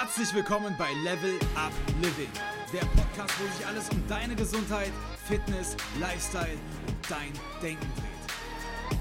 Herzlich willkommen bei Level Up Living, der Podcast, wo sich alles um deine Gesundheit, Fitness, Lifestyle und dein Denken dreht.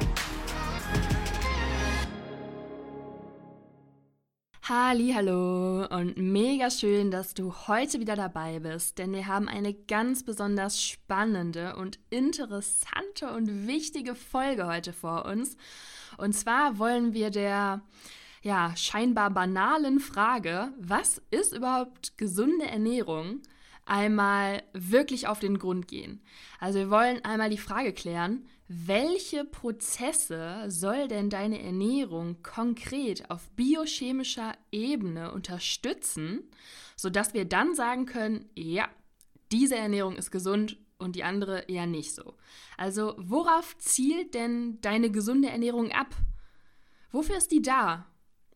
Hallihallo und mega schön, dass du heute wieder dabei bist, denn wir haben eine ganz besonders spannende und interessante und wichtige Folge heute vor uns. Und zwar wollen wir der scheinbar banalen Frage, was ist überhaupt gesunde Ernährung, einmal wirklich auf den Grund gehen. Also wir wollen einmal die Frage klären, welche Prozesse soll denn deine Ernährung konkret auf biochemischer Ebene unterstützen, sodass wir dann sagen können, ja, diese Ernährung ist gesund und die andere eher nicht so. Also worauf zielt denn deine gesunde Ernährung ab? Wofür ist die da?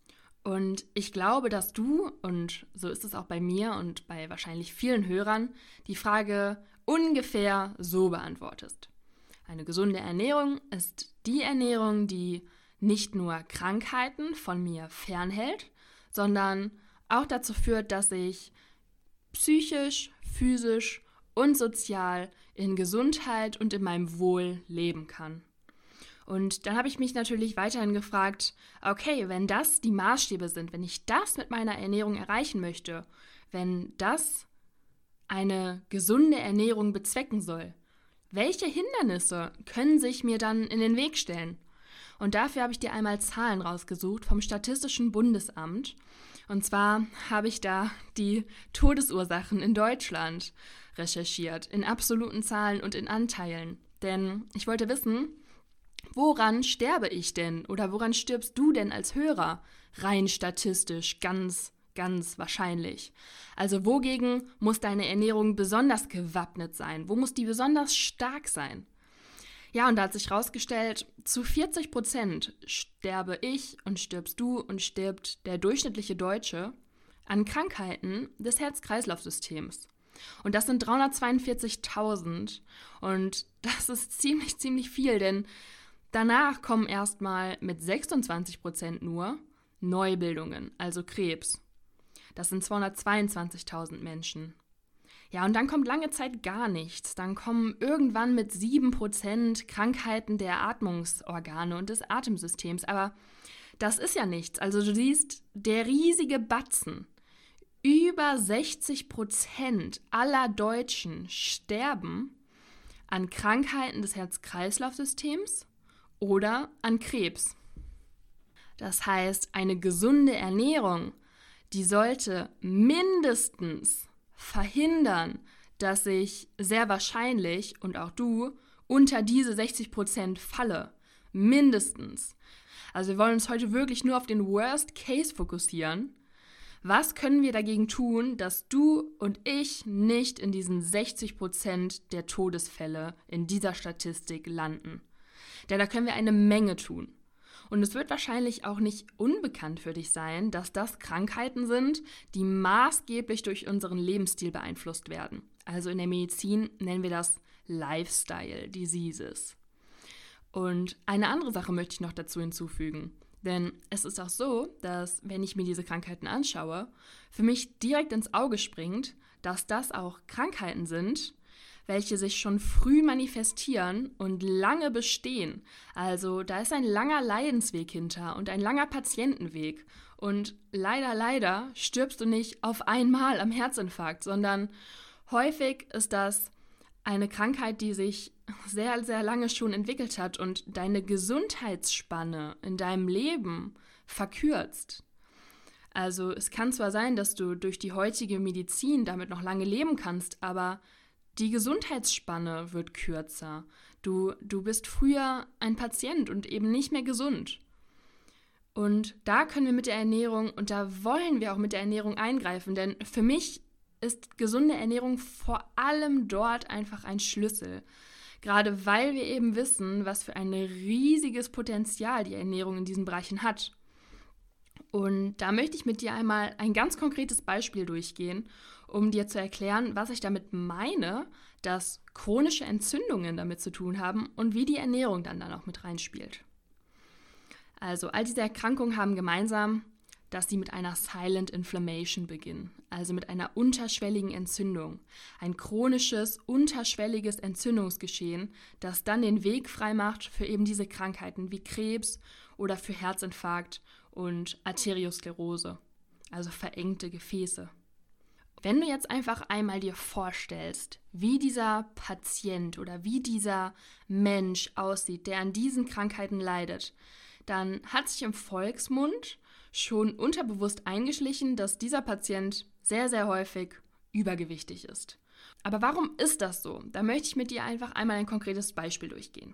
Und ich glaube, dass du, und so ist es auch bei mir und bei wahrscheinlich vielen Hörern, die Frage ungefähr so beantwortest. Eine gesunde Ernährung ist die Ernährung, die nicht nur Krankheiten von mir fernhält, sondern auch dazu führt, dass ich psychisch, physisch und sozial in Gesundheit und in meinem Wohl leben kann. Und dann habe ich mich natürlich weiterhin gefragt, okay, wenn das die Maßstäbe sind, wenn ich das mit meiner Ernährung erreichen möchte, wenn das eine gesunde Ernährung bezwecken soll, welche Hindernisse können sich mir dann in den Weg stellen? Und dafür habe ich dir einmal Zahlen rausgesucht vom Statistischen Bundesamt. Und zwar habe ich da die Todesursachen in Deutschland recherchiert, in absoluten Zahlen und in Anteilen. Denn ich wollte wissen, woran sterbe ich denn oder woran stirbst du denn als Hörer? Rein statistisch, ganz wahrscheinlich. Also wogegen muss deine Ernährung besonders gewappnet sein? Wo muss die besonders stark sein? Ja, und da hat sich herausgestellt, zu 40% sterbe ich und stirbst du und stirbt der durchschnittliche Deutsche an Krankheiten des Herz-Kreislauf-Systems. Und das sind 342.000 und das ist ziemlich viel, denn danach kommen erstmal mit 26% nur Neubildungen, also Krebs. Das sind 222.000 Menschen. Ja, und dann kommt lange Zeit gar nichts. Dann kommen irgendwann mit 7% Krankheiten der Atmungsorgane und des Atemsystems. Aber das ist ja nichts. Also du siehst, der riesige Batzen. Über 60% aller Deutschen sterben an Krankheiten des Herz-Kreislauf-Systems oder an Krebs. Das heißt, eine gesunde Ernährung, die sollte mindestens verhindern, dass ich sehr wahrscheinlich, und auch du, unter diese 60% falle. Mindestens. Also wir wollen uns heute wirklich nur auf den Worst Case fokussieren. Was können wir dagegen tun, dass du und ich nicht in diesen 60% der Todesfälle in dieser Statistik landen? Denn da können wir eine Menge tun. Und es wird wahrscheinlich auch nicht unbekannt für dich sein, dass das Krankheiten sind, die maßgeblich durch unseren Lebensstil beeinflusst werden. Also in der Medizin nennen wir das Lifestyle Diseases. Und eine andere Sache möchte ich noch dazu hinzufügen. Denn es ist auch so, dass, wenn ich mir diese Krankheiten anschaue, für mich direkt ins Auge springt, dass das auch Krankheiten sind, welche sich schon früh manifestieren und lange bestehen. Also da ist ein langer Leidensweg hinter und ein langer Patientenweg. Und leider stirbst du nicht auf einmal am Herzinfarkt, sondern häufig ist das eine Krankheit, die sich sehr, sehr lange schon entwickelt hat und deine Gesundheitsspanne in deinem Leben verkürzt. Also es kann zwar sein, dass du durch die heutige Medizin damit noch lange leben kannst, aber die Gesundheitsspanne wird kürzer. Du bist früher ein Patient und eben nicht mehr gesund. Und da können wir mit der Ernährung und da wollen wir auch mit der Ernährung eingreifen, denn für mich ist gesunde Ernährung vor allem dort einfach ein Schlüssel. Gerade weil wir eben wissen, was für ein riesiges Potenzial die Ernährung in diesen Bereichen hat. Und da möchte ich mit dir einmal ein ganz konkretes Beispiel durchgehen, um dir zu erklären, was ich damit meine, dass chronische Entzündungen damit zu tun haben und wie die Ernährung dann auch mit reinspielt. Also all diese Erkrankungen haben gemeinsam, dass sie mit einer Silent Inflammation beginnen, also mit einer unterschwelligen Entzündung. Ein chronisches, unterschwelliges Entzündungsgeschehen, das dann den Weg frei macht für eben diese Krankheiten wie Krebs oder für Herzinfarkt und Arteriosklerose, also verengte Gefäße. Wenn du jetzt einfach einmal dir vorstellst, wie dieser Patient oder wie dieser Mensch aussieht, der an diesen Krankheiten leidet, dann hat sich im Volksmund schon unterbewusst eingeschlichen, dass dieser Patient sehr, sehr häufig übergewichtig ist. Aber warum ist das so? Da möchte ich mit dir einfach einmal ein konkretes Beispiel durchgehen.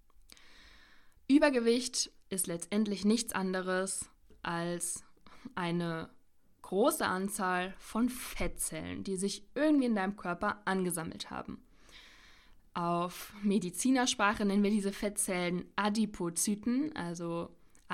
Übergewicht ist letztendlich nichts anderes als eine große Anzahl von Fettzellen, die sich irgendwie in deinem Körper angesammelt haben. Auf Medizinersprache nennen wir diese Fettzellen Adipozyten, also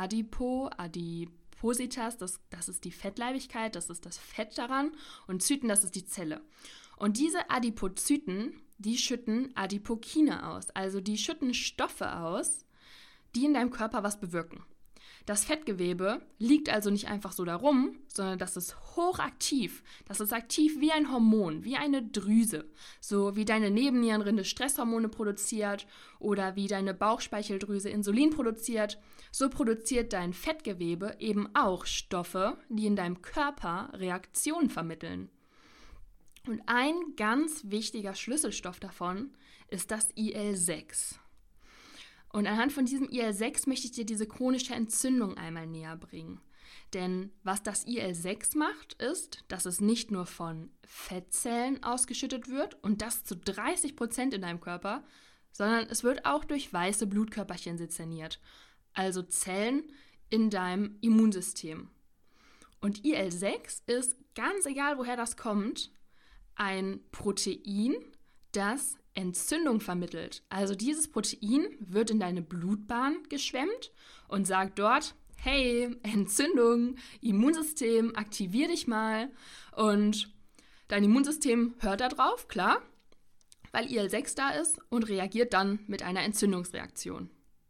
Adipositas, das ist die Fettleibigkeit, das ist das Fett daran, und Zyten, das ist die Zelle. Und diese Adipozyten, die schütten Adipokine aus, also die schütten Stoffe aus, die in deinem Körper was bewirken. Das Fettgewebe liegt also nicht einfach so da rum, sondern das ist hochaktiv. Das ist aktiv wie ein Hormon, wie eine Drüse. So wie deine Nebennierenrinde Stresshormone produziert oder wie deine Bauchspeicheldrüse Insulin produziert, so produziert dein Fettgewebe eben auch Stoffe, die in deinem Körper Reaktionen vermitteln. Und ein ganz wichtiger Schlüsselstoff davon ist das IL-6. Und anhand von diesem IL-6 möchte ich dir diese chronische Entzündung einmal näher bringen. Denn was das IL-6 macht, ist, dass es nicht nur von Fettzellen ausgeschüttet wird und das zu 30% in deinem Körper, sondern es wird auch durch weiße Blutkörperchen sezerniert, also Zellen in deinem Immunsystem. Und IL-6 ist, ganz egal woher das kommt, ein Protein, das Entzündung vermittelt. Also dieses Protein wird in deine Blutbahn geschwemmt und sagt dort, hey, Entzündung, Immunsystem, aktivier dich mal. Und dein Immunsystem hört da drauf, klar, weil IL-6 da ist und reagiert dann mit einer Entzündungsreaktion.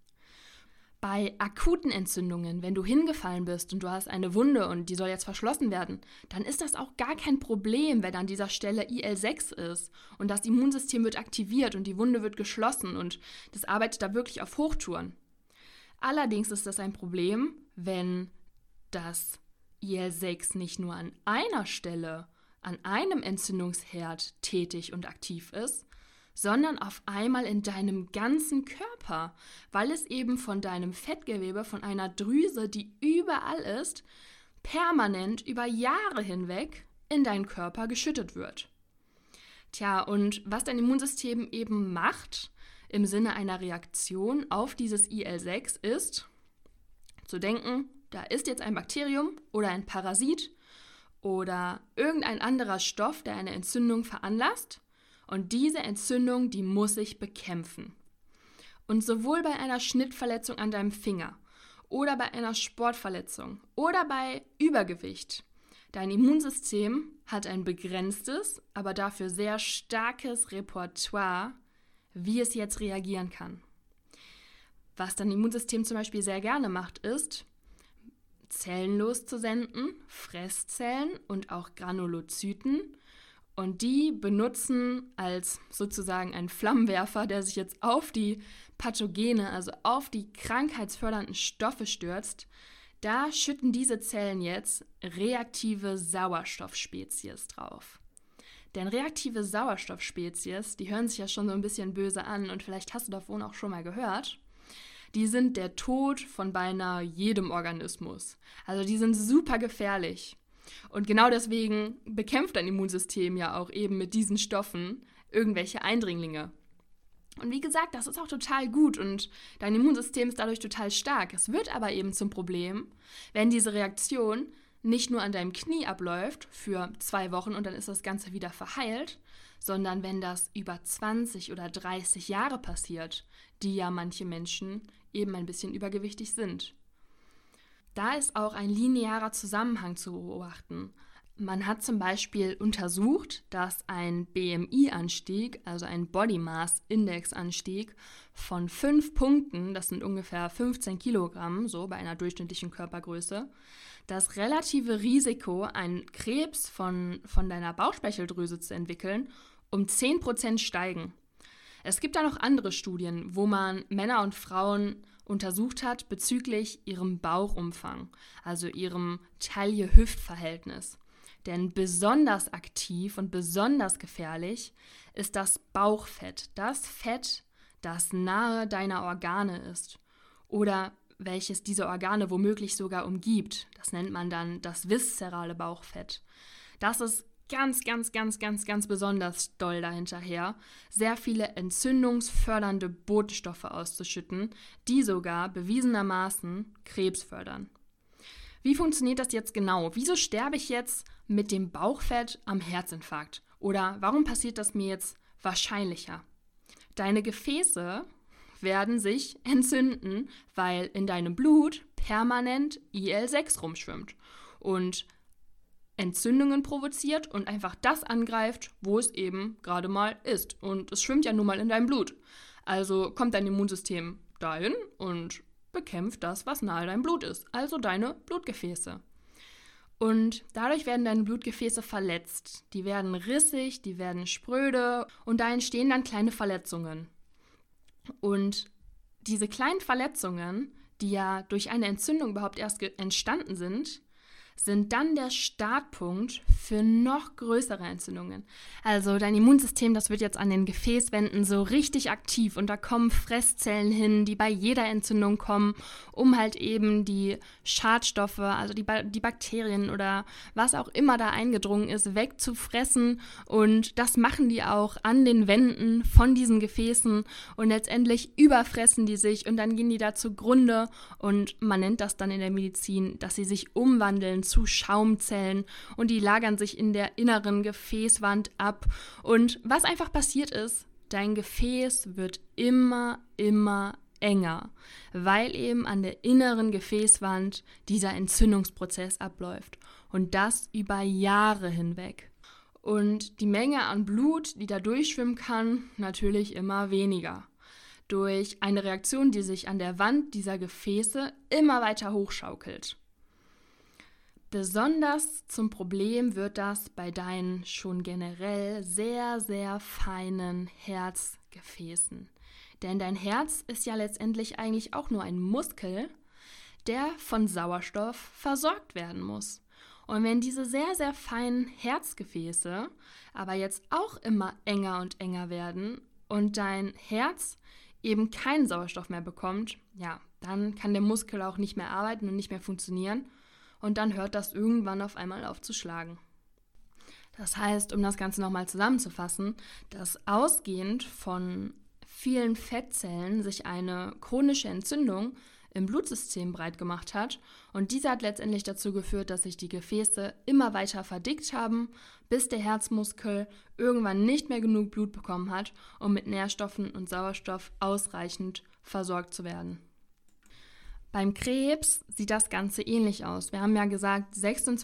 Bei akuten Entzündungen, wenn du hingefallen bist und du hast eine Wunde und die soll jetzt verschlossen werden, dann ist das auch gar kein Problem, wenn an dieser Stelle IL-6 ist und das Immunsystem wird aktiviert und die Wunde wird geschlossen und das arbeitet da wirklich auf Hochtouren. Allerdings ist das ein Problem, wenn das IL-6 nicht nur an einer Stelle, an einem Entzündungsherd tätig und aktiv ist, sondern auf einmal in deinem ganzen Körper, weil es eben von deinem Fettgewebe, von einer Drüse, die überall ist, permanent über Jahre hinweg in deinen Körper geschüttet wird. Tja, und was dein Immunsystem eben macht, im Sinne einer Reaktion auf dieses IL-6 ist, zu denken, da ist jetzt ein Bakterium oder ein Parasit oder irgendein anderer Stoff, der eine Entzündung veranlasst. Und diese Entzündung, die muss ich bekämpfen. Und sowohl bei einer Schnittverletzung an deinem Finger oder bei einer Sportverletzung oder bei Übergewicht, dein Immunsystem hat ein begrenztes, aber dafür sehr starkes Repertoire, wie es jetzt reagieren kann. Was dein Immunsystem zum Beispiel sehr gerne macht, ist, Zellen loszusenden, Fresszellen und auch Granulozyten. Und die benutzen als sozusagen ein Flammenwerfer, der sich jetzt auf die Pathogene, also auf die krankheitsfördernden Stoffe stürzt. Da schütten diese Zellen jetzt reaktive Sauerstoffspezies drauf. Denn reaktive Sauerstoffspezies, die hören sich ja schon so ein bisschen böse an und vielleicht hast du davon auch schon mal gehört. Die sind der Tod von beinahe jedem Organismus. Also die sind super gefährlich. Und genau deswegen bekämpft dein Immunsystem ja auch eben mit diesen Stoffen irgendwelche Eindringlinge. Und wie gesagt, das ist auch total gut und dein Immunsystem ist dadurch total stark. Es wird aber eben zum Problem, wenn diese Reaktion nicht nur an deinem Knie abläuft für 2 Wochen und dann ist das Ganze wieder verheilt, sondern wenn das über 20 oder 30 Jahre passiert, die ja manche Menschen eben ein bisschen übergewichtig sind. Da ist auch ein linearer Zusammenhang zu beobachten. Man hat zum Beispiel untersucht, dass ein BMI-Anstieg, also ein Body Mass Index-Anstieg von 5 Punkten, das sind ungefähr 15 Kilogramm, so bei einer durchschnittlichen Körpergröße, das relative Risiko, einen Krebs von deiner Bauchspeicheldrüse zu entwickeln, um 10% steigen. Es gibt da noch andere Studien, wo man Männer und Frauen untersucht hat bezüglich ihrem Bauchumfang, also ihrem Taille-Hüft-Verhältnis. Denn besonders aktiv und besonders gefährlich ist das Bauchfett, das Fett, das nahe deiner Organe ist oder welches diese Organe womöglich sogar umgibt. Das nennt man dann das viszerale Bauchfett. Das ist ganz besonders doll dahinterher, sehr viele entzündungsfördernde Botenstoffe auszuschütten, die sogar bewiesenermaßen Krebs fördern. Wie funktioniert das jetzt genau? Wieso sterbe ich jetzt mit dem Bauchfett am Herzinfarkt? Oder warum passiert das mir jetzt wahrscheinlicher? Deine Gefäße werden sich entzünden, weil in deinem Blut permanent IL-6 rumschwimmt und Entzündungen provoziert und einfach das angreift, wo es eben gerade mal ist. Und es schwimmt ja nun mal in deinem Blut. Also kommt dein Immunsystem dahin und bekämpft das, was nahe deinem Blut ist, also deine Blutgefäße. Und dadurch werden deine Blutgefäße verletzt. Die werden rissig, die werden spröde und da entstehen dann kleine Verletzungen. Und diese kleinen Verletzungen, die ja durch eine Entzündung überhaupt erst entstanden sind dann der Startpunkt für noch größere Entzündungen. Also dein Immunsystem, das wird jetzt an den Gefäßwänden so richtig aktiv und da kommen Fresszellen hin, die bei jeder Entzündung kommen, um halt eben die Schadstoffe, also die Bakterien oder was auch immer da eingedrungen ist, wegzufressen und das machen die auch an den Wänden von diesen Gefäßen und letztendlich überfressen die sich und dann gehen die da zugrunde und man nennt das dann in der Medizin, dass sie sich umwandeln zu Schaumzellen und die lagern sich in der inneren Gefäßwand ab. Und was einfach passiert ist, dein Gefäß wird immer enger, weil eben an der inneren Gefäßwand dieser Entzündungsprozess abläuft. Und das über Jahre hinweg. Und die Menge an Blut, die da durchschwimmen kann, natürlich immer weniger. Durch eine Reaktion, die sich an der Wand dieser Gefäße immer weiter hochschaukelt. Besonders zum Problem wird das bei deinen schon generell sehr feinen Herzgefäßen. Denn dein Herz ist ja letztendlich eigentlich auch nur ein Muskel, der von Sauerstoff versorgt werden muss. Und wenn diese sehr feinen Herzgefäße aber jetzt auch immer enger und enger werden und dein Herz eben keinen Sauerstoff mehr bekommt, ja, dann kann der Muskel auch nicht mehr arbeiten und nicht mehr funktionieren. Und dann hört das irgendwann auf einmal auf zu schlagen. Das heißt, um das Ganze nochmal zusammenzufassen, dass ausgehend von vielen Fettzellen sich eine chronische Entzündung im Blutsystem breit gemacht hat und diese hat letztendlich dazu geführt, dass sich die Gefäße immer weiter verdickt haben, bis der Herzmuskel irgendwann nicht mehr genug Blut bekommen hat, um mit Nährstoffen und Sauerstoff ausreichend versorgt zu werden. Beim Krebs sieht das Ganze ähnlich aus. Wir haben ja gesagt,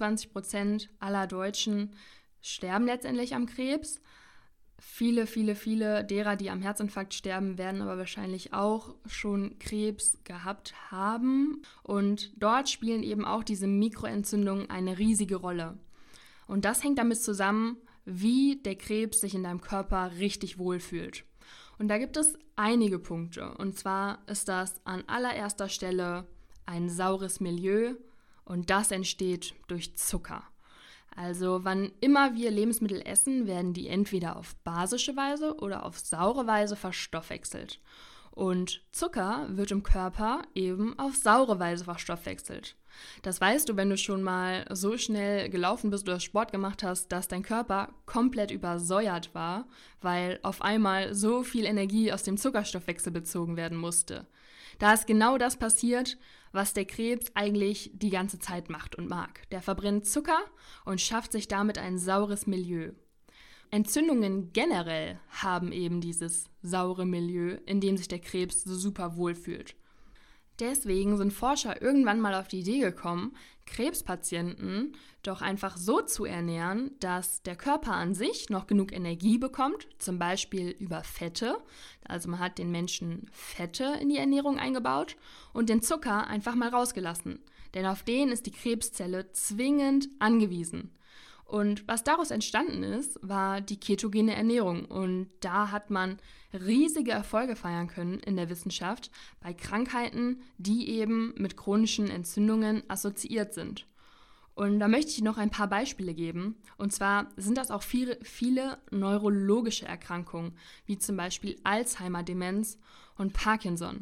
26% aller Deutschen sterben letztendlich am Krebs. Viele derer, die am Herzinfarkt sterben, werden aber wahrscheinlich auch schon Krebs gehabt haben. Und dort spielen eben auch diese Mikroentzündungen eine riesige Rolle. Und das hängt damit zusammen, wie der Krebs sich in deinem Körper richtig wohlfühlt. Und da gibt es einige Punkte. Und zwar ist das an allererster Stelle ein saures Milieu und das entsteht durch Zucker. Also wann immer wir Lebensmittel essen, werden die entweder auf basische Weise oder auf saure Weise verstoffwechselt. Und Zucker wird im Körper eben auf saure Weise verstoffwechselt. Das weißt du, wenn du schon mal so schnell gelaufen bist oder Sport gemacht hast, dass dein Körper komplett übersäuert war, weil auf einmal so viel Energie aus dem Zuckerstoffwechsel bezogen werden musste. Da ist genau das passiert, was der Krebs eigentlich die ganze Zeit macht und mag. Der verbrennt Zucker und schafft sich damit ein saures Milieu. Entzündungen generell haben eben dieses saure Milieu, in dem sich der Krebs so super wohl fühlt. Deswegen sind Forscher irgendwann mal auf die Idee gekommen, Krebspatienten doch einfach so zu ernähren, dass der Körper an sich noch genug Energie bekommt, zum Beispiel über Fette. Also man hat den Menschen Fette in die Ernährung eingebaut und den Zucker einfach mal rausgelassen. Denn auf den ist die Krebszelle zwingend angewiesen. Und was daraus entstanden ist, war die ketogene Ernährung. Und da hat man riesige Erfolge feiern können in der Wissenschaft bei Krankheiten, die eben mit chronischen Entzündungen assoziiert sind. Und da möchte ich noch ein paar Beispiele geben. Und zwar sind das auch viele neurologische Erkrankungen, wie zum Beispiel Alzheimer-Demenz und Parkinson.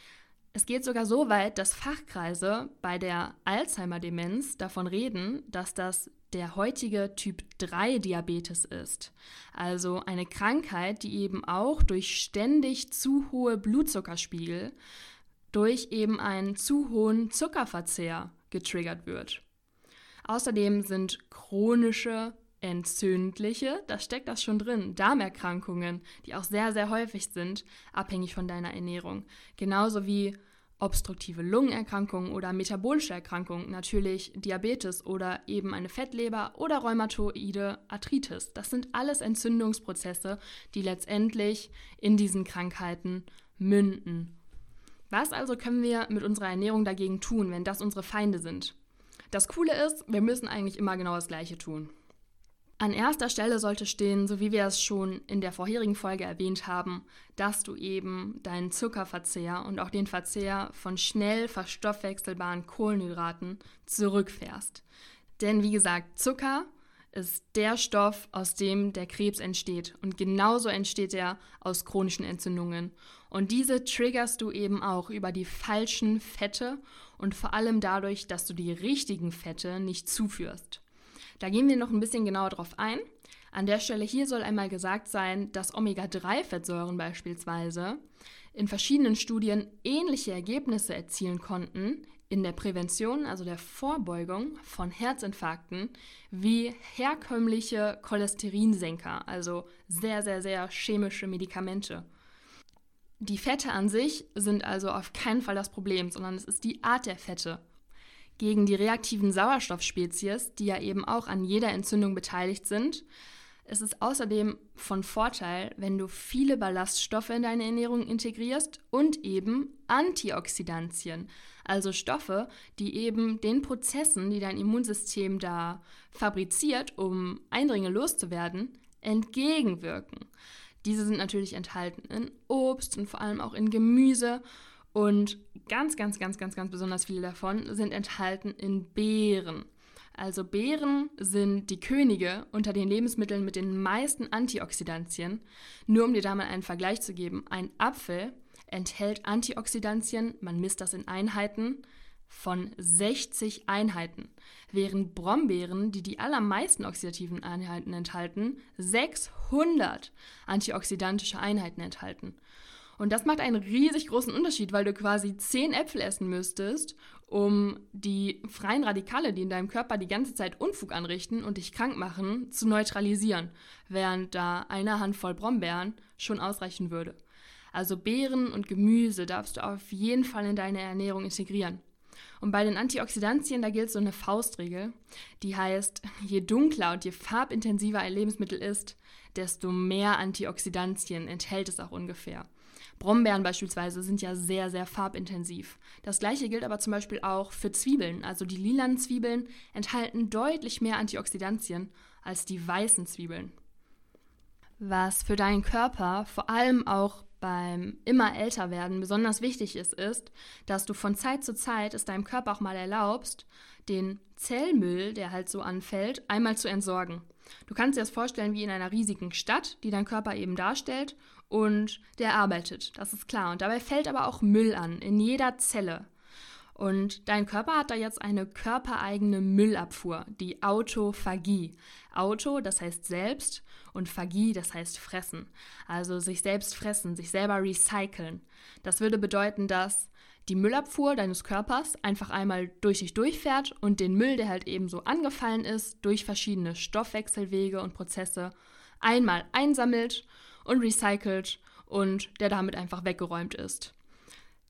Es geht sogar so weit, dass Fachkreise bei der Alzheimer-Demenz davon reden, dass das der heutige Typ-3-Diabetes ist. Also eine Krankheit, die eben auch durch ständig zu hohe Blutzuckerspiegel, durch eben einen zu hohen Zuckerverzehr getriggert wird. Außerdem sind chronische, entzündliche, da steckt das schon drin, Darmerkrankungen, die auch sehr, sehr häufig sind, abhängig von deiner Ernährung. Genauso wie obstruktive Lungenerkrankungen oder metabolische Erkrankungen, natürlich Diabetes oder eben eine Fettleber oder rheumatoide Arthritis. Das sind alles Entzündungsprozesse, die letztendlich in diesen Krankheiten münden. Was also können wir mit unserer Ernährung dagegen tun, wenn das unsere Feinde sind? Das Coole ist, wir müssen eigentlich immer genau das Gleiche tun. An erster Stelle sollte stehen, so wie wir es schon in der vorherigen Folge erwähnt haben, dass du eben deinen Zuckerverzehr und auch den Verzehr von schnell verstoffwechselbaren Kohlenhydraten zurückfährst. Denn wie gesagt, Zucker ist der Stoff, aus dem der Krebs entsteht. Und genauso entsteht er aus chronischen Entzündungen. Und diese triggerst du eben auch über die falschen Fette und vor allem dadurch, dass du die richtigen Fette nicht zuführst. Da gehen wir noch ein bisschen genauer drauf ein. An der Stelle hier soll einmal gesagt sein, dass Omega-3-Fettsäuren beispielsweise in verschiedenen Studien ähnliche Ergebnisse erzielen konnten in der Prävention, also der Vorbeugung von Herzinfarkten, wie herkömmliche Cholesterinsenker, also sehr, sehr, sehr chemische Medikamente. Die Fette an sich sind also auf keinen Fall das Problem, sondern es ist die Art der Fette. Gegen die reaktiven Sauerstoffspezies, die ja eben auch an jeder Entzündung beteiligt sind. Es ist außerdem von Vorteil, wenn du viele Ballaststoffe in deine Ernährung integrierst und eben Antioxidantien, also Stoffe, die eben den Prozessen, die dein Immunsystem da fabriziert, um Eindringlinge loszuwerden, entgegenwirken. Diese sind natürlich enthalten in Obst und vor allem auch in Gemüse. Und ganz besonders viele davon sind enthalten in Beeren. Also Beeren sind die Könige unter den Lebensmitteln mit den meisten Antioxidantien. Nur um dir da mal einen Vergleich zu geben, ein Apfel enthält Antioxidantien, man misst das in Einheiten, von 60 Einheiten, während Brombeeren, die allermeisten oxidativen Einheiten enthalten, 600 antioxidantische Einheiten enthalten. Und das macht einen riesig großen Unterschied, weil du quasi 10 Äpfel essen müsstest, um die freien Radikale, die in deinem Körper die ganze Zeit Unfug anrichten und dich krank machen, zu neutralisieren, während da eine Handvoll Brombeeren schon ausreichen würde. Also Beeren und Gemüse darfst du auf jeden Fall in deine Ernährung integrieren. Und bei den Antioxidantien, da gilt so eine Faustregel, die heißt, je dunkler und je farbintensiver ein Lebensmittel ist, desto mehr Antioxidantien enthält es auch ungefähr. Brombeeren beispielsweise sind ja sehr, sehr farbintensiv. Das gleiche gilt aber zum Beispiel auch für Zwiebeln. Also die lilanen Zwiebeln enthalten deutlich mehr Antioxidantien als die weißen Zwiebeln. Was für deinen Körper vor allem auch beim immer älter werden besonders wichtig ist, dass du von Zeit zu Zeit es deinem Körper auch mal erlaubst, den Zellmüll, der halt so anfällt, einmal zu entsorgen. Du kannst dir das vorstellen wie in einer riesigen Stadt, die dein Körper eben darstellt und der arbeitet, das ist klar. Und dabei fällt aber auch Müll an, in jeder Zelle. Und dein Körper hat da jetzt eine körpereigene Müllabfuhr, die Autophagie. Auto, das heißt selbst, und Phagie, das heißt fressen. Also sich selbst fressen, sich selber recyceln. Das würde bedeuten, dass die Müllabfuhr deines Körpers einfach einmal durch dich durchfährt und den Müll, der halt eben so angefallen ist, durch verschiedene Stoffwechselwege und Prozesse einmal einsammelt und recycelt und der damit einfach weggeräumt ist.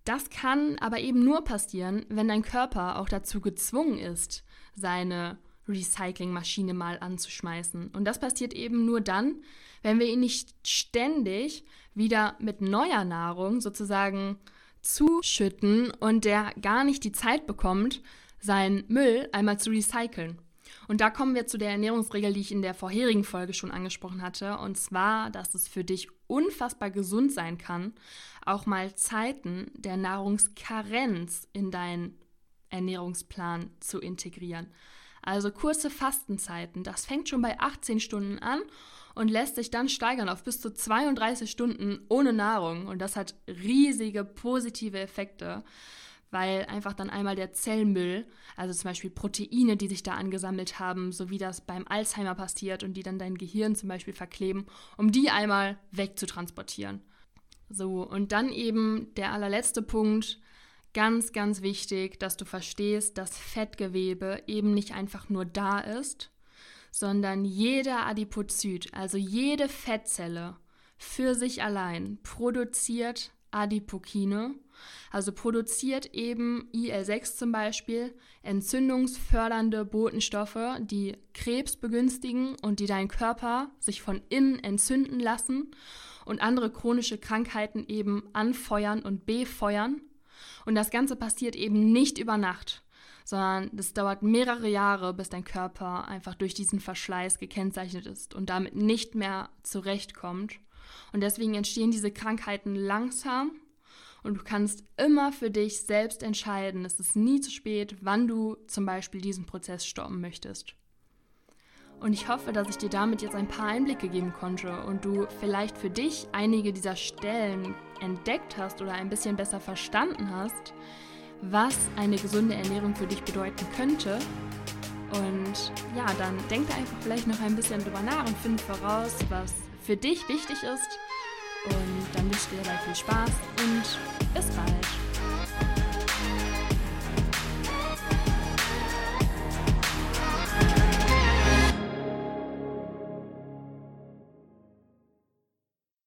Das kann aber eben nur passieren, wenn dein Körper auch dazu gezwungen ist, seine Recyclingmaschine mal anzuschmeißen. Und das passiert eben nur dann, wenn wir ihn nicht ständig wieder mit neuer Nahrung sozusagen zuschütten und der gar nicht die Zeit bekommt, seinen Müll einmal zu recyceln. Und da kommen wir zu der Ernährungsregel, die ich in der vorherigen Folge schon angesprochen hatte. Und zwar, dass es für dich unfassbar gesund sein kann, auch mal Zeiten der Nahrungskarenz in deinen Ernährungsplan zu integrieren. Also kurze Fastenzeiten, das fängt schon bei 18 Stunden an und lässt sich dann steigern auf bis zu 32 Stunden ohne Nahrung. Und das hat riesige positive Effekte, weil einfach dann einmal der Zellmüll, also zum Beispiel Proteine, die sich da angesammelt haben, so wie das beim Alzheimer passiert und die dann dein Gehirn zum Beispiel verkleben, um die einmal wegzutransportieren. So, und dann eben der allerletzte Punkt, ganz, ganz wichtig, dass du verstehst, dass Fettgewebe eben nicht einfach nur da ist, sondern jeder Adipozyt, also jede Fettzelle für sich allein produziert Adipokine, also produziert eben IL-6 zum Beispiel, entzündungsfördernde Botenstoffe, die Krebs begünstigen und die deinen Körper sich von innen entzünden lassen und andere chronische Krankheiten eben anfeuern und befeuern. Und das Ganze passiert eben nicht über Nacht, sondern es dauert mehrere Jahre, bis dein Körper einfach durch diesen Verschleiß gekennzeichnet ist und damit nicht mehr zurechtkommt. Und deswegen entstehen diese Krankheiten langsam und du kannst immer für dich selbst entscheiden, es ist nie zu spät, wann du zum Beispiel diesen Prozess stoppen möchtest. Und ich hoffe, dass ich dir damit jetzt ein paar Einblicke geben konnte und du vielleicht für dich einige dieser Stellen entdeckt hast oder ein bisschen besser verstanden hast, was eine gesunde Ernährung für dich bedeuten könnte. Und ja, dann denk da einfach vielleicht noch ein bisschen drüber nach und finde voraus, was für dich wichtig ist. Und dann wünsche ich dir dabei viel Spaß und bis bald.